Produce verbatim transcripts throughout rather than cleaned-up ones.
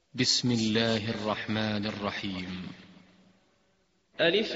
بسم الله الرحمن الرحيم. ألف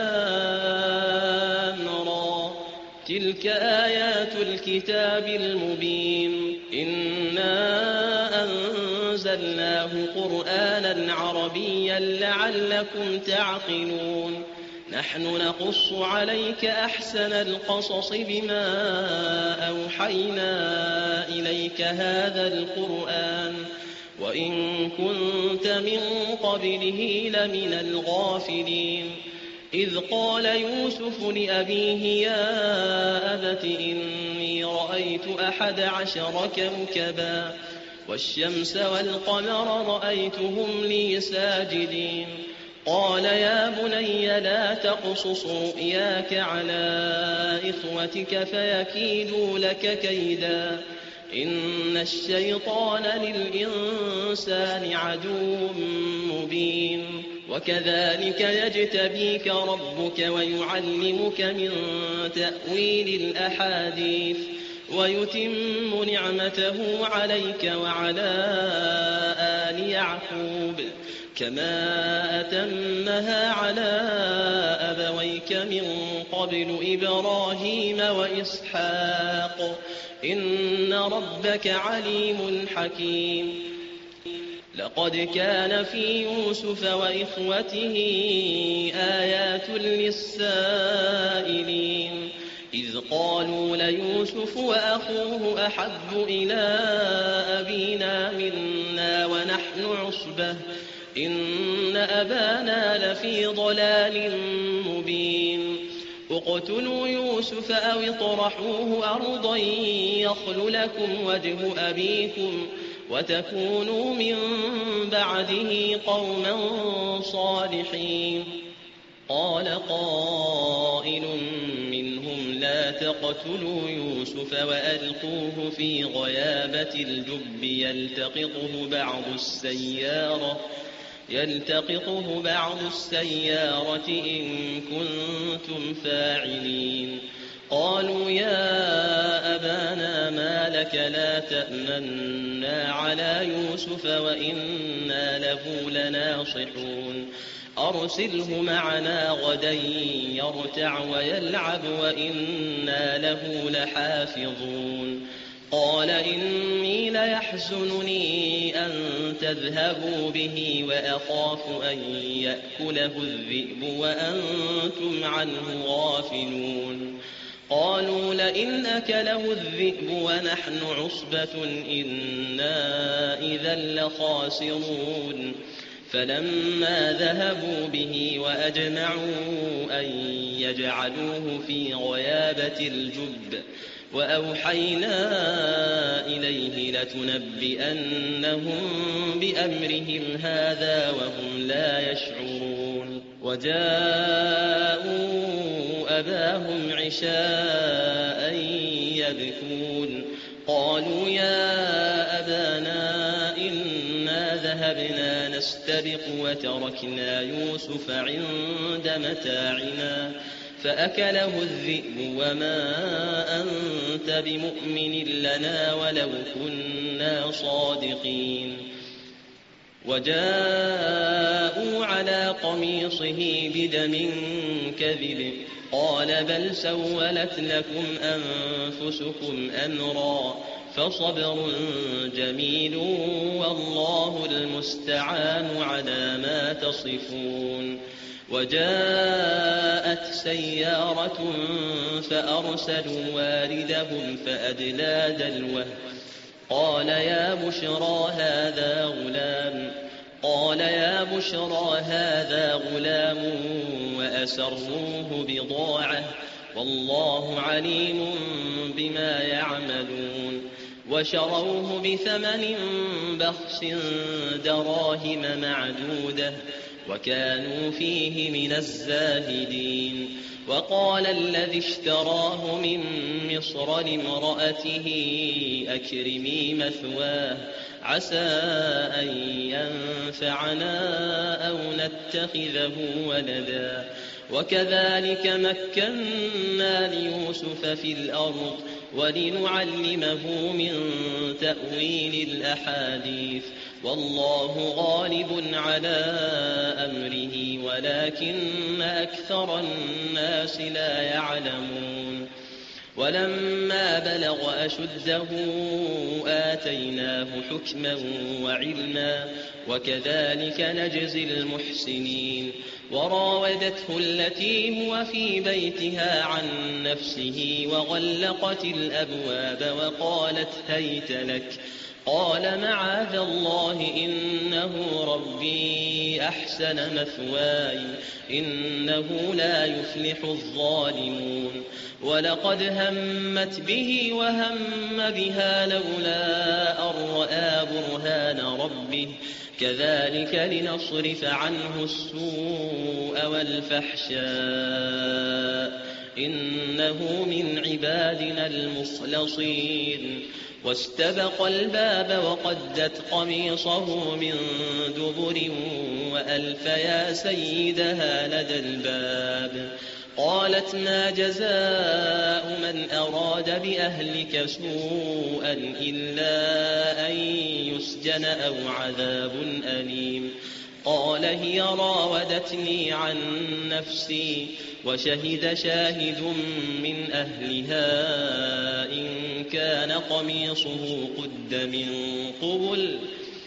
لام را، تلك آيات الكتاب المبين. إنا أنزلناه قرآنا عربيا لعلكم تعقلون. نحن نقص عليك أحسن القصص بما أوحينا إليك هذا القرآن وإن كنت من قبله لمن الغافلين. إذ قال يوسف لأبيه يا أبت إني رأيت أحد عشر كوكبا والشمس والقمر رأيتهم لي ساجدين. قال يا بني لا تقصص رؤياك على إخوتك فيكيدوا لك كيدا إن الشيطان للإنسان عدو مبين. وكذلك يجتبيك ربك ويعلمك من تأويل الأحاديث ويتم نعمته عليك وعلى آل يعقوب كما أتمها على أبويك من قبل إبراهيم وإسحاق إن ربك عليم حكيم. لقد كان في يوسف وإخوته آيات للسائلين إذ قالوا ليوسف وأخوه أحب إلى أبينا منا ونحن عصبة إن أبانا لفي ضلال مبين. اقتلوا يوسف أو اطرحوه أرضا يخل لكم وجه أبيكم وتكونوا من بعده قوما صالحين. قال قائل منهم لا تقتلوا يوسف وألقوه في غيابة الجب يلتقطه بعض السيارة يلتقطه بعض السيارة إن كنتم فاعلين. قالوا يا أبانا ما لك لا تأمنا على يوسف وإنا له لناصحون أرسله معنا غدا يرتع ويلعب وإنا له لحافظون. قال إني ليحزنني أن تذهبوا به وأخاف أن يأكله الذئب وأنتم عنه غافلون. قالوا لئن أكله الذئب ونحن عصبة إنا إذا لخاسرون. فلما ذهبوا به وأجمعوا أن يجعلوه في غيابة الجب وأوحينا إليه لتنبئنهم بأمرهم هذا وهم لا يشعرون. وجاءوا أباهم عشاء يبكون. قالوا يا أبانا إنا ذهبنا نستبق وتركنا يوسف عند متاعنا فأكله الذئب وما أنت بمؤمن لنا ولو كنا صادقين. وجاءوا على قميصه بدم كذب قال بل سولت لكم أنفسكم أمرا فصبر جميل والله المستعان على ما تصفون. وجاءت سيارة فأرسلوا واردهم فأدلى دلوه قال يا بشرى هذا غلام قال يا بشرى هذا غلام وأسروه بضاعة والله عليم بما يعملون. وشروه بثمن بخس دراهم معدودة وكانوا فيه من الزاهدين. وقال الذي اشتراه من مصر لامرأته أكرمي مثواه عسى أن ينفعنا أو نتخذه ولدا. وكذلك مكنا ليوسف في الأرض ولنعلمه من تأويل الأحاديث والله غالب على أمره ولكن أكثر الناس لا يعلمون ولما بلغ أشده آتيناه حكما وعلما وكذلك نجزي المحسنين وراودته التي هو في بيتها عن نفسه وغلقت الأبواب وقالت هيت لك قال معاذ الله إنه ربي أحسن مثواي إنه لا يفلح الظالمون ولقد همت به وهم بها لولا أن رأى برهان ربه كذلك لنصرف عنه السوء والفحشاء إنه من عبادنا المخلصين واستبق الباب وقدت قميصه من دبر وألف يا سيدها لدى الباب قالت ما جزاء من أراد بأهلك سوءا إلا أن يسجن أو عذاب أليم قال هي راودتني عن نفسي وشهد شاهد من أهلها إن كان قميصه قد من قبل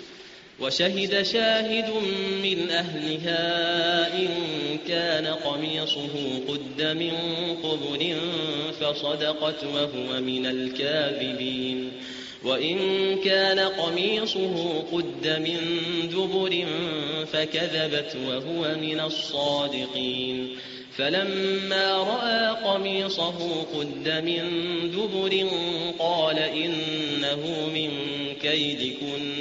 وشهد شاهد من أهلها إن كان قميصه قد من قبل فصدقت وهو من الكاذبين وإن كان قميصه قد من دبر فكذبت وهو من الصادقين فلما رأى قميصه قد من دبر قال إنه من كيدكن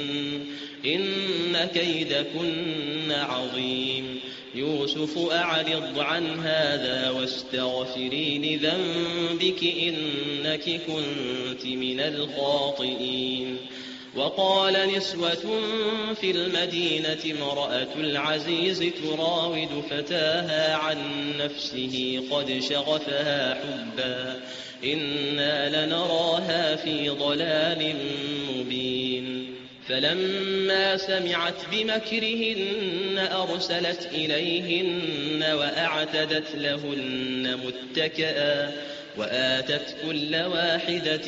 إن كيدكن عظيم يوسف أعرض عن هذا واستغفري لذنبك إنك كنت من الخاطئين وقال نسوة في المدينة امرأة العزيز تراود فتاها عن نفسه قد شغفها حبا إنا لنراها في ضلال مبين فلما سمعت بمكرهن أرسلت إليهن وأعتدت لهن متكئا وآتت كل واحدة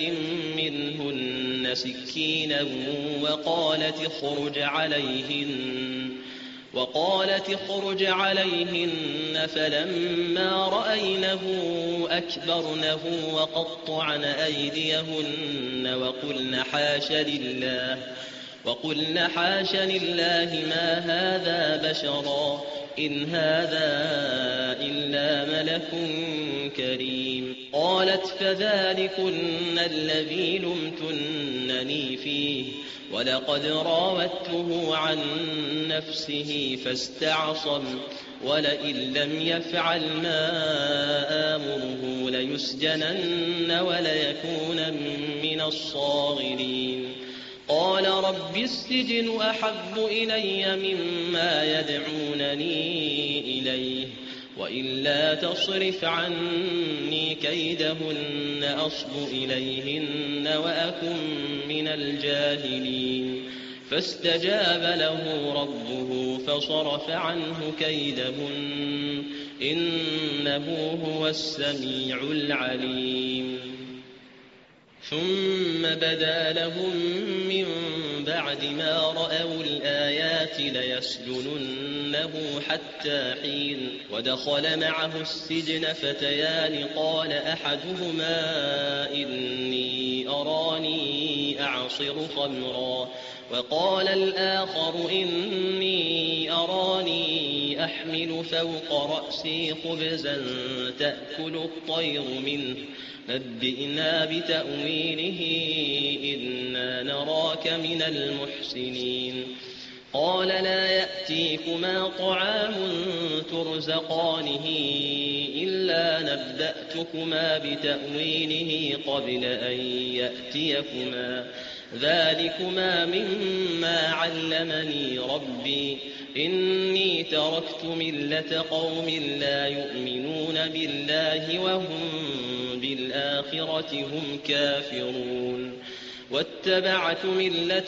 منهن سكينا وقالت اخرج عليهن وقالت اخرج عليهن فلما رأينه أكبرنه وقطعن أيديهن وقلن حاش لله وقلن حاش لله ما هذا بشرا إن هذا إلا ملك كريم قالت فذلكن الذي لمتنني فيه ولقد راودته عن نفسه فاستعصم ولئن لم يفعل ما آمره ليسجنن وليكون من الصاغرين قال رب السجن أحب إلي مما يدعونني إليه وإلا تصرف عني كيدهن أصب إليهن وأكن من الجاهلين فاستجاب له ربه فصرف عنه كيدهن إنه هو السميع العليم ثم بدا لهم من بعد ما رأوا الآيات ليسجننه حتى حين ودخل معه السجن فتيان قال أحدهما إني أراني أعصر خمرا وقال الآخر إني أراني أحمل فوق رأسي خبزا تأكل الطير منه نبئنا بتأويله إنا نراك من المحسنين قال لا يأتيكما طعام ترزقانه إلا نبأتكما بتأويله قبل أن يأتيكما ذلكما مما علمني ربي إني تركت ملة قوم لا يؤمنون بالله وهم بالآخرة هم كافرون واتبعت ملة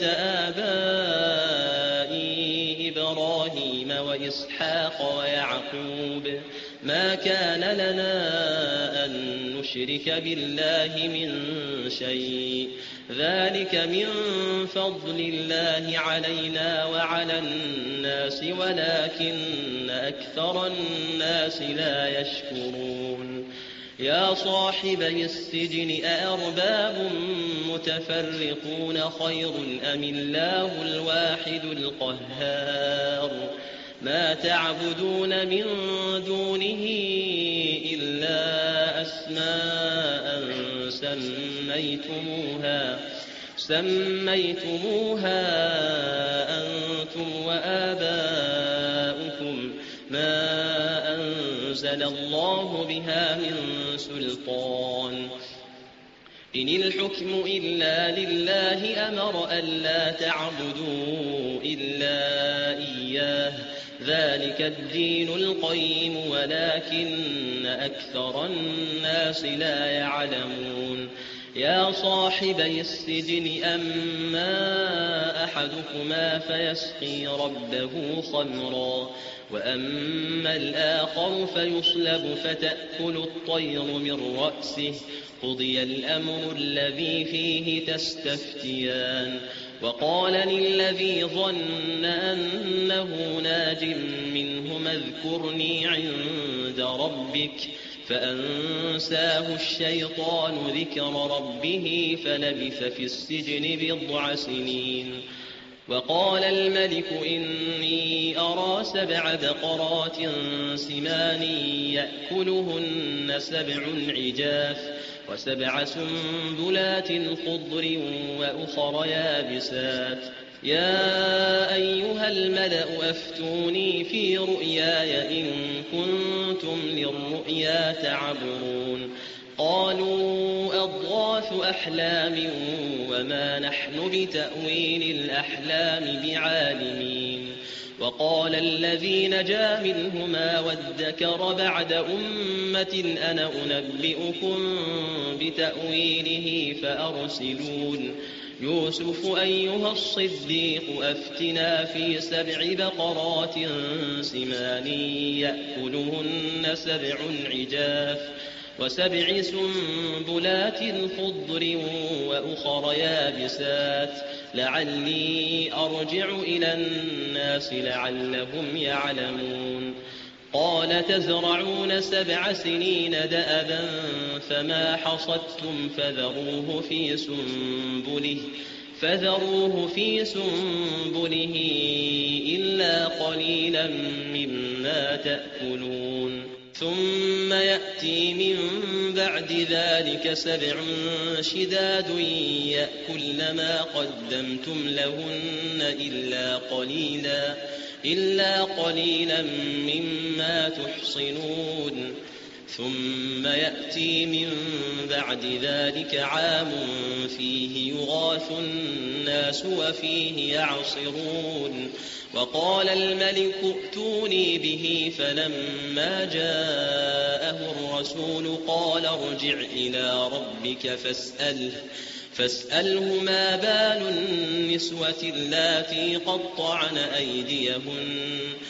آبائي إبراهيم وإسحاق ويعقوب ما كان لنا أن نشرك بالله من شيء ذلك من فضل الله علينا وعلى الناس ولكن أكثر الناس لا يشكرون يا صاحبي السجن أأرباب متفرقون خير أم الله الواحد القهار ما تعبدون من دونه إلا أسماء سميتموها سميتموها أنتم وآباؤكم ما أنزل الله بها من سلطان إن الحكم إلا لله أمر ألا تعبدوا إلا إياه ذلك الدين القيم ولكن أكثر الناس لا يعلمون يا صاحبي السجن أما أحدكما فيسقي ربه خمرا وأما الآخر فيصلب فتأكل الطير من رأسه قضي الأمر الذي فيه تستفتيان وقال للذي ظن أنه ناج منهما اذكرني عند ربك فأنساه الشيطان ذكر ربه فلبث في السجن بضع سنين وقال الملك إني أرى سبع بقرات سمان يأكلهن سبع عجاف وسبع سنبلات خضر وأخر يابسات يا أيها الملأ أفتوني في رؤياي إن كنتم للرؤيا تعبرون قالوا أضغاث أحلام وما نحن بتأويل الأحلام بعالمين وقال الذي نجا منهما وادكر بعد أمة أنا أنبئكم بتأويله فأرسلون يوسف أيها الصديق أفتنا في سبع بقرات سمان يأكلهن سبع عجاف وسبع سنبلات خضر وأخر يابسات لعلي أرجع إلى الناس لعلهم يعلمون قال تزرعون سبع سنين دأبا فما حصدتم فذروه في سنبله فذروه في سنبله إلا قليلا مما تأكلون ثم يأتي من بعد ذلك سبع شداد يأكلن ما قدمتم لهن إلا قليلا إلا قليلا مما تحصنون ثم يأتي من بعد ذلك عام فيه يغاث الناس وفيه يعصرون وقال الملك ائتوني به فلما جاءه الرسول قال ارجع إلى ربك فاسأله فاسأله ما بال النسوة اللاتي قطعن أيديهن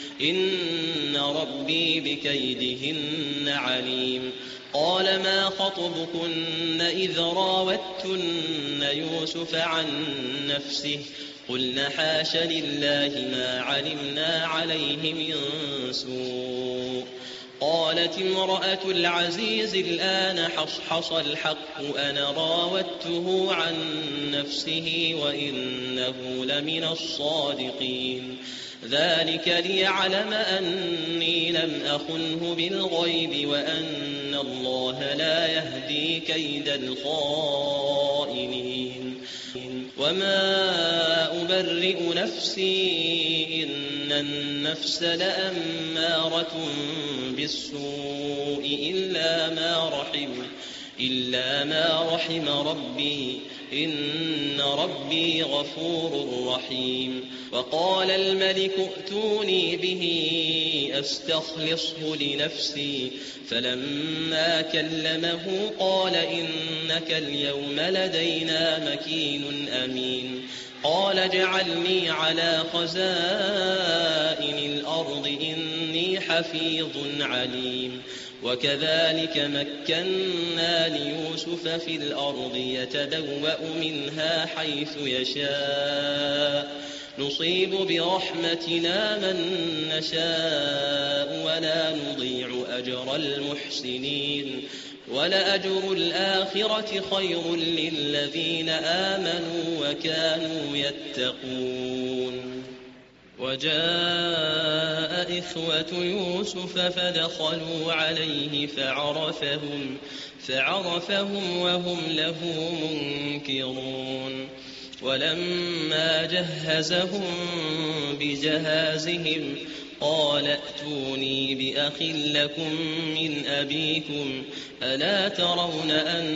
إن ربي بكيدهن عليم قال ما خطبكن إذ راوتن يوسف عن نفسه قلنا حاش لله ما علمنا عليه من سوء قالت امرأة العزيز الآن حصحص الحق أنا راودته عن نفسه وإنه لمن الصادقين ذلك ليعلم أني لم أخنه بالغيب وأن الله لا يهدي كيد الخائنين وما أبرئ نفسي إن النفس لأمارة بالسوء إلا ما رحم إلا ما رحم ربي إن ربي غفور رحيم. وقال الملك ائتوني به أستخلصه لنفسي، فلما كلمه قال إنك اليوم لدينا مكين أمين. قال اجعلني على خزائن الأرض إني حفيظ عليم. وكذلك مكنا ليوسف في الأرض يتبوأ منها حيث يشاء، نصيب برحمتنا من نشاء ولا نضيع أجر المحسنين، ولأجر الآخرة خير للذين آمنوا وكانوا يتقون. وجاء إخوة يوسف فدخلوا عليه فعرفهم, فعرفهم وهم له منكرون. ولما جهزهم بجهازهم قال ائتوني بأخ لكم من أبيكم ألا ترون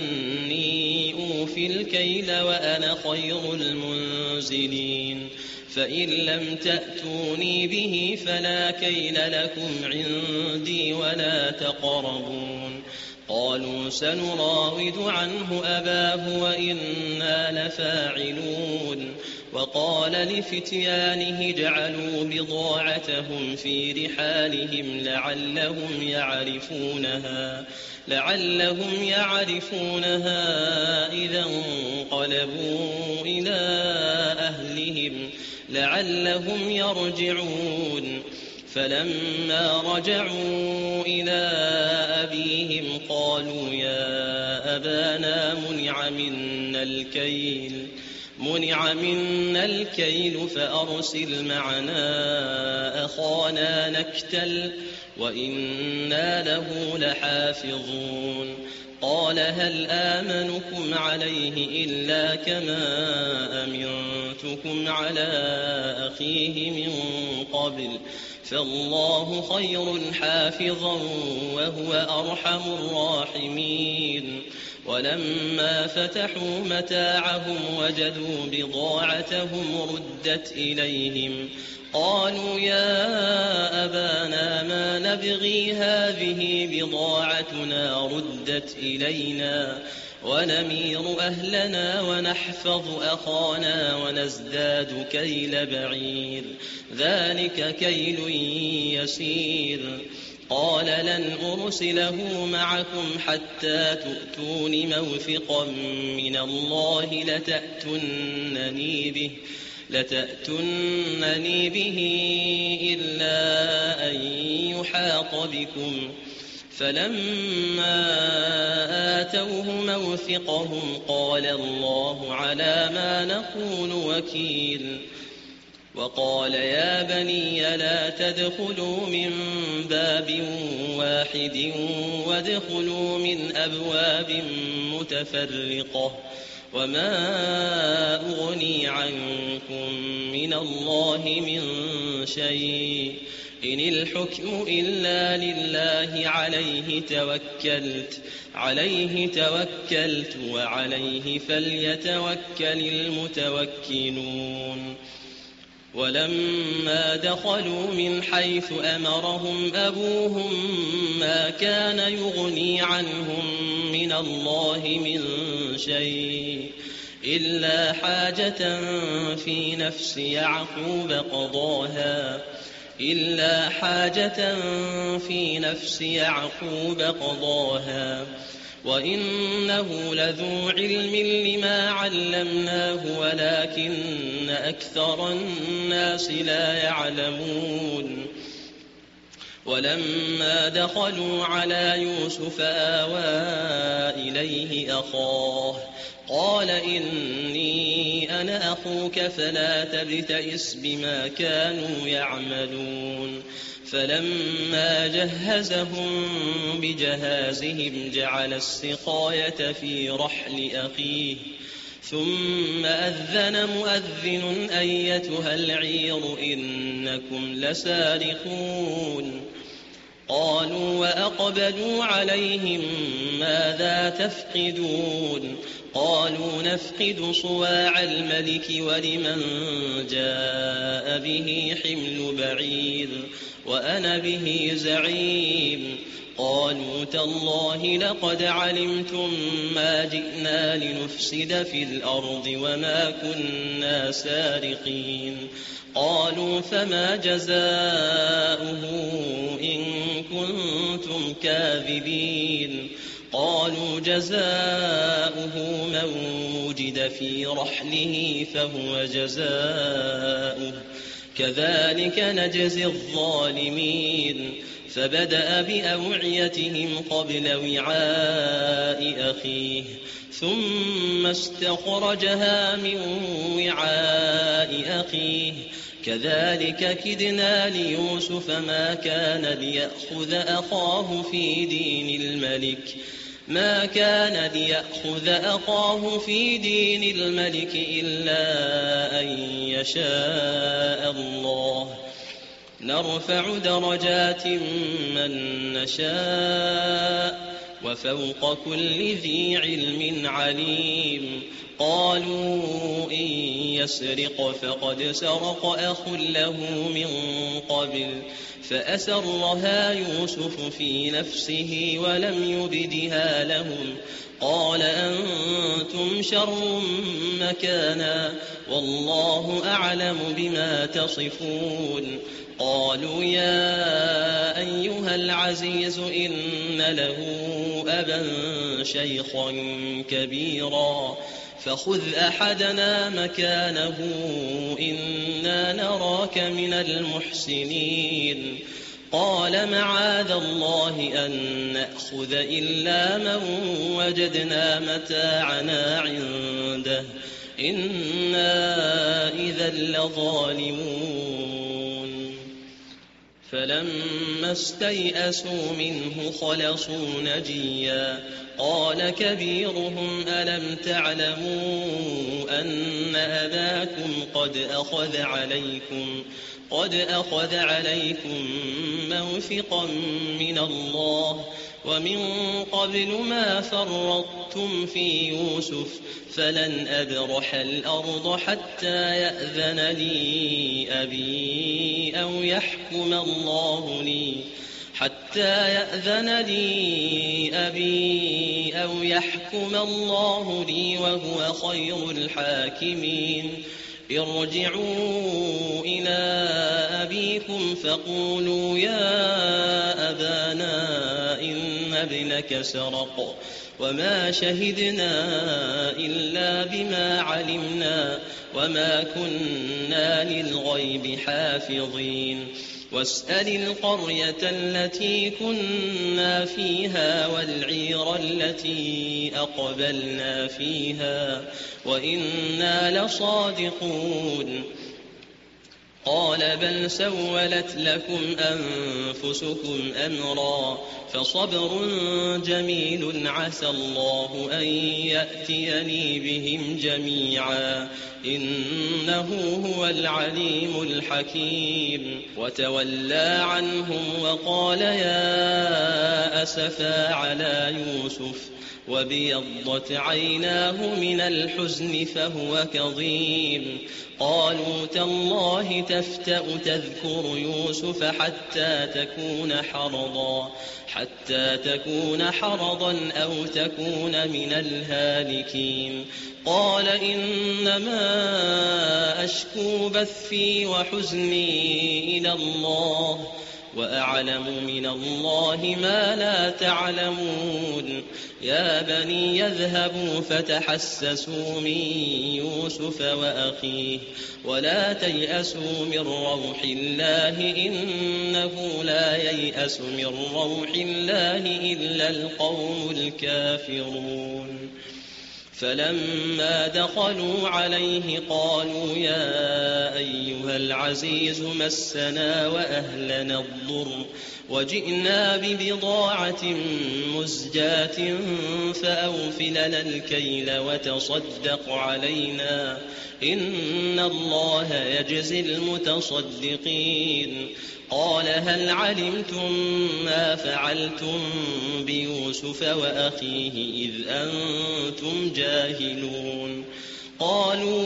أني أوفي الكيل وأنا خير المنزلين، فإن لم تأتوني به فلا كيل لكم عندي ولا تقربون. قالوا سنراود عنه أباه وإنا لفاعلون. وقال لفتيانه اجعلوا بضاعتهم في رحالهم لعلهم يعرفونها لعلهم يعرفونها إذا انقلبوا إلى أهلهم لعلهم يرجعون. فلما رجعوا إلى أبيهم قالوا يا أبانا منع منا الكيل منع منا الكيل فأرسل معنا أخانا نكتل وإنا له لحافظون. قال هل آمنكم عليه إلا كما أمنتكم على أخيه من قبل، فالله خير حافظا وهو أرحم الراحمين. ولما فتحوا متاعهم وجدوا بضاعتهم ردت إليهم قالوا يا أبانا ما نبغي هذه بضاعتنا ردت إلينا ونمير أهلنا ونحفظ أخانا ونزداد كيل بعير ذلك كيل يسير. قال لن أرسله معكم حتى تؤتون موثقا من الله لتأتونني به لتأتونني به إلا أن يحاط بكم. فلما آتوه موثقهم قال الله على ما نقول وكيل. وقال يا بني لا تدخلوا من باب واحد وادخلوا من أبواب متفرقة وما أغني عنكم من الله من شيء إن الحكم إلا لله عليه توكلت عليه توكلت وعليه فليتوكل المتوكلون. ولما دخلوا من حيث أمرهم أبوهم ما كان يغني عنهم من الله من شيء إلا حاجة في نفس يعقوب قضاها إلا حاجة في نفس يعقوب قضاها وإنه لذو علم لما علمناه ولكن أكثر الناس لا يعلمون. ولما دخلوا على يوسف آوى إليه أخاه قال إني أنا أخوك فلا تبتئس بما كانوا يعملون. فلما جهزهم بجهازهم جعل السقاية في رحل أخيه ثم أذن مؤذن أيتها العير إنكم لسارقون. قالوا وأقبلوا عليهم ماذا تفقدون قالوا نفقد صواع الملك ولمن جاء به حمل بعير وأنا به زعيم قالوا تالله لقد علمتم ما جئنا لنفسد في الأرض وما كنا سارقين قالوا فما جزاؤه إن كنتم كاذبين قالوا جزاؤه من وجد في رحله فهو جزاؤه كذلك نجزي الظالمين فبدأ بأوعيتهم قبل وعاء أخيه ثم استخرجها من وعاء أخيه كذلك كدنا ليوسف ما كان ليأخذ أخاه في دين الملك ما كان ليأخذ أخاه في دين الملك إلا أن يشاء الله نرفع درجات من نشاء وفوق كل ذي علم عليم قالوا إن يسرق فقد سرق أخ له من قبل فأسرها يوسف في نفسه ولم يبدها لهم قال أنتم شر مكانا والله أعلم بما تصفون قالوا يا أيها العزيز إن له أبا شيخا كبيرا فخذ أحدنا مكانه إنا نراك من المحسنين قال معاذ الله أن نأخذ إلا من وجدنا متاعنا عنده إنا إذا لظالمون فلما استيئسوا منه خلصوا نجيا قال كبيرهم ألم تعلموا أن أباكم قد أخذ عليكم قد أخذ عليكم موثقا من الله ومن قبل ما فرطتم في يوسف فلن أبرح الأرض حتى يأذن لي أبي أو يحكم الله لي حتى يأذن لي أبي أو يحكم الله لي وهو خير الحاكمين ارجعوا إلى أبيكم فقولوا يا أبانا إن ابنك سرق وما شهدنا إلا بما علمنا وما كنا للغيب حافظين واسأل القرية التي كنا فيها والعير التي أقبلنا فيها وإنا لصادقون قال بل سولت لكم أنفسكم أمرا فصبر جميل عسى الله أن يأتيني بهم جميعا إنه هو العليم الحكيم وتولى عنهم وقال يا أسفا على يوسف وابيضت عيناه من الحزن فهو كظيم قالوا تالله تفتأ تذكر يوسف حتى تكون حرضا حتى تكون حرضا أو تكون من الهالكين قال إنما أشكو بثي وحزني إلى الله وأعلم من الله ما لا تعلمون يا بني يذهبوا فتحسسوا من يوسف وأخيه ولا تيأسوا من روح الله إنه لا ييأس من روح الله إلا القوم الكافرون فلما دخلوا عليه قالوا يا أيها العزيز مسنا وأهلنا الضر وجئنا ببضاعة مزجاة فأوف لنا الكيل وتصدق علينا إن الله يجزي المتصدقين. قال هل علمتم ما فعلتم بيوسف وأخيه إذ أنتم جاهلون؟ قالوا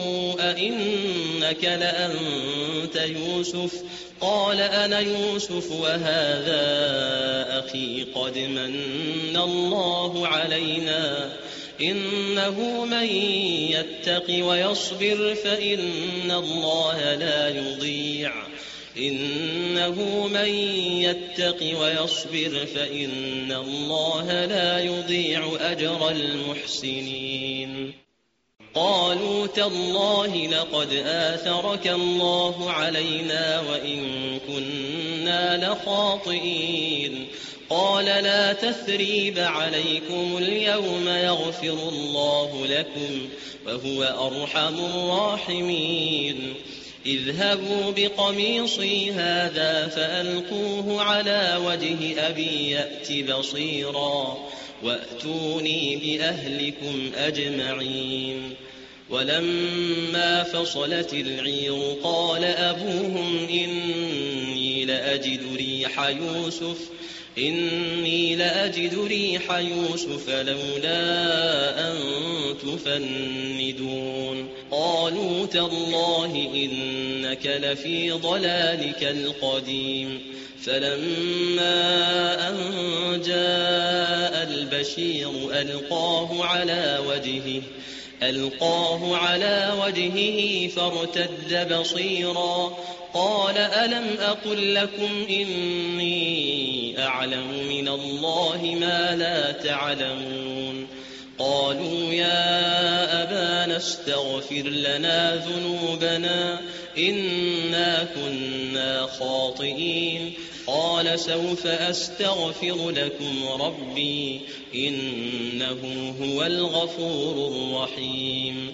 أئنك لأنت يوسف؟ قال أنا يوسف وهذا أخي قد من الله علينا إنه من يتق ويصبر فإن الله لا يضيع إنه من يتق ويصبر فإن الله لا يضيع أجر المحسنين. قالوا تالله لقد آثرك الله علينا وإن كنا لخاطئين. قال لا تثريب عليكم اليوم يغفر الله لكم وهو أرحم الراحمين. اذهبوا بقميصي هذا فألقوه على وجه أبي يأت بصيرا وأتوني بأهلكم أجمعين. ولما فصلت العير قال أبوهم إني لأجد ريح يوسف إني لأجد ريح يوسف لولا أن تفندون. قالوا تالله إنك لفي ضلالك القديم. فلما أن جاء البشير ألقاه على وجهه ألقاه على وجهه فارتد بصيرا قال ألم أقل لكم إني أعلم من الله ما لا تعلمون. قالوا يا أبانا استغفر لنا ذنوبنا إنا كنا خاطئين. قال سوف أستغفر لكم ربي إنه هو الغفور الرحيم.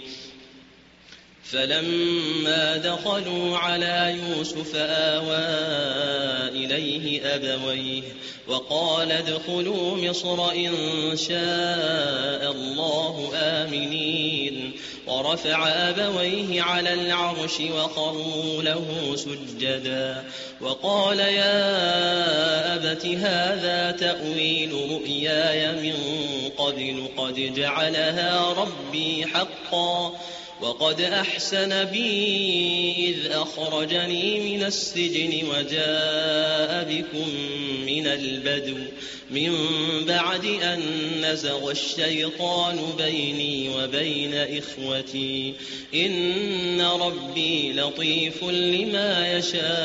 فلما دخلوا على يوسف آوى إليه أبويه وقال ادخلوا مصر إن شاء الله آمنين. ورفع أبويه على العرش وخروا له سجدا وقال يا أبت هذا تأويل رؤياي من قبل قد جعلها ربي حقا وقد أحسن بي إذ أخرجني من السجن وجاء بكم من البدو من بعد أن نزغ الشيطان بيني وبين إخوتي إن ربي لطيف لما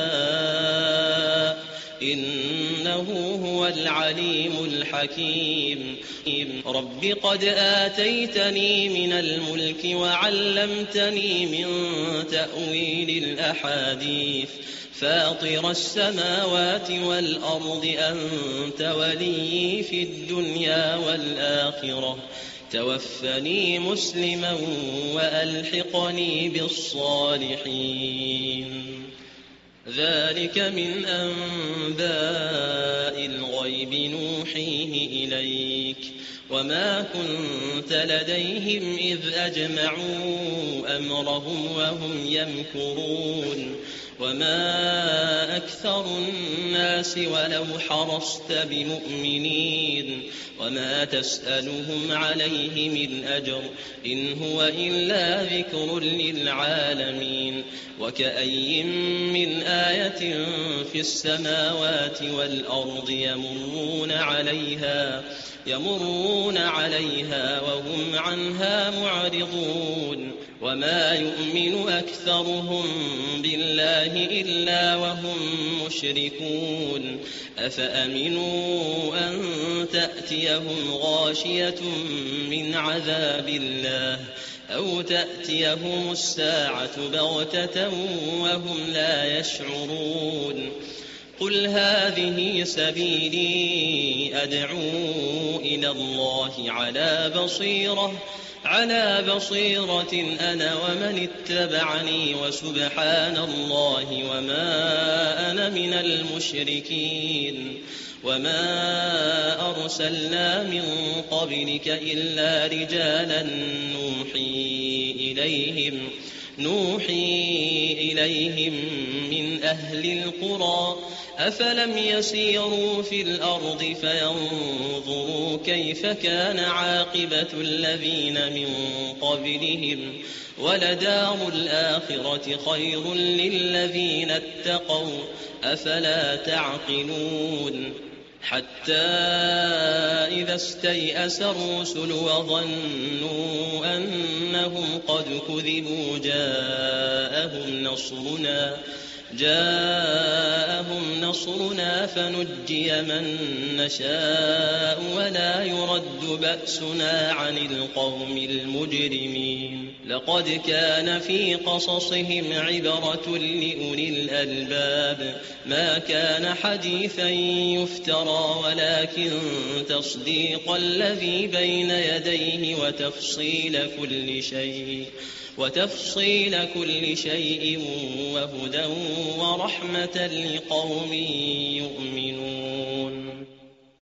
يشاء إنه هو العليم الحكيم. رب قد آتيتني من الملك وعلمتني من تأويل الأحاديث فاطر السماوات والأرض أنت ولي في الدنيا والآخرة توفني مسلما وألحقني بالصالحين. ذلك من أنباء الغيب نوحيه إليك وما كنت لديهم إذ أجمعوا أمرهم وهم يمكرون. وما أكثر الناس ولو حرصت بمؤمنين وما تسألهم عليه من أجر إن هو إلا ذكر للعالمين. وكأي من آية في السماوات والأرض يمرون عليها يمرون عليها وهم عنها معرضون. وما يؤمن أكثرهم بالله إلا وهم مشركون. أفأمنوا أن تأتيهم غاشية من عذاب الله أو تأتيهم الساعة بغتة وهم لا يشعرون. قل هذه سبيلي أدعو إلى الله على بصيرة على بصيرة أنا ومن اتبعني وسبحان الله وما أنا من المشركين وما أرسلنا من قبلك إلا رجالا نوحي إليهم نوحي إليهم من أهل القرى أفلم يسيروا في الأرض فينظروا كيف كان عاقبة الذين من قبلهم ولدار الآخرة خير للذين اتقوا أفلا تعقلون حتى إذا استيأس الرسل وظنوا أنهم قد كذبوا جاءهم نصرنا جاءهم نصرنا فنجي من نشاء ولا يرد بأسنا عن القوم المجرمين لقد كان في قصصهم عبرة لأولي الألباب ما كان حديثا يفترى ولكن تصديق الذي بين يديه وتفصيل كل شيء وتفصيل كل شيء وهدى ورحمة لقوم يؤمنون.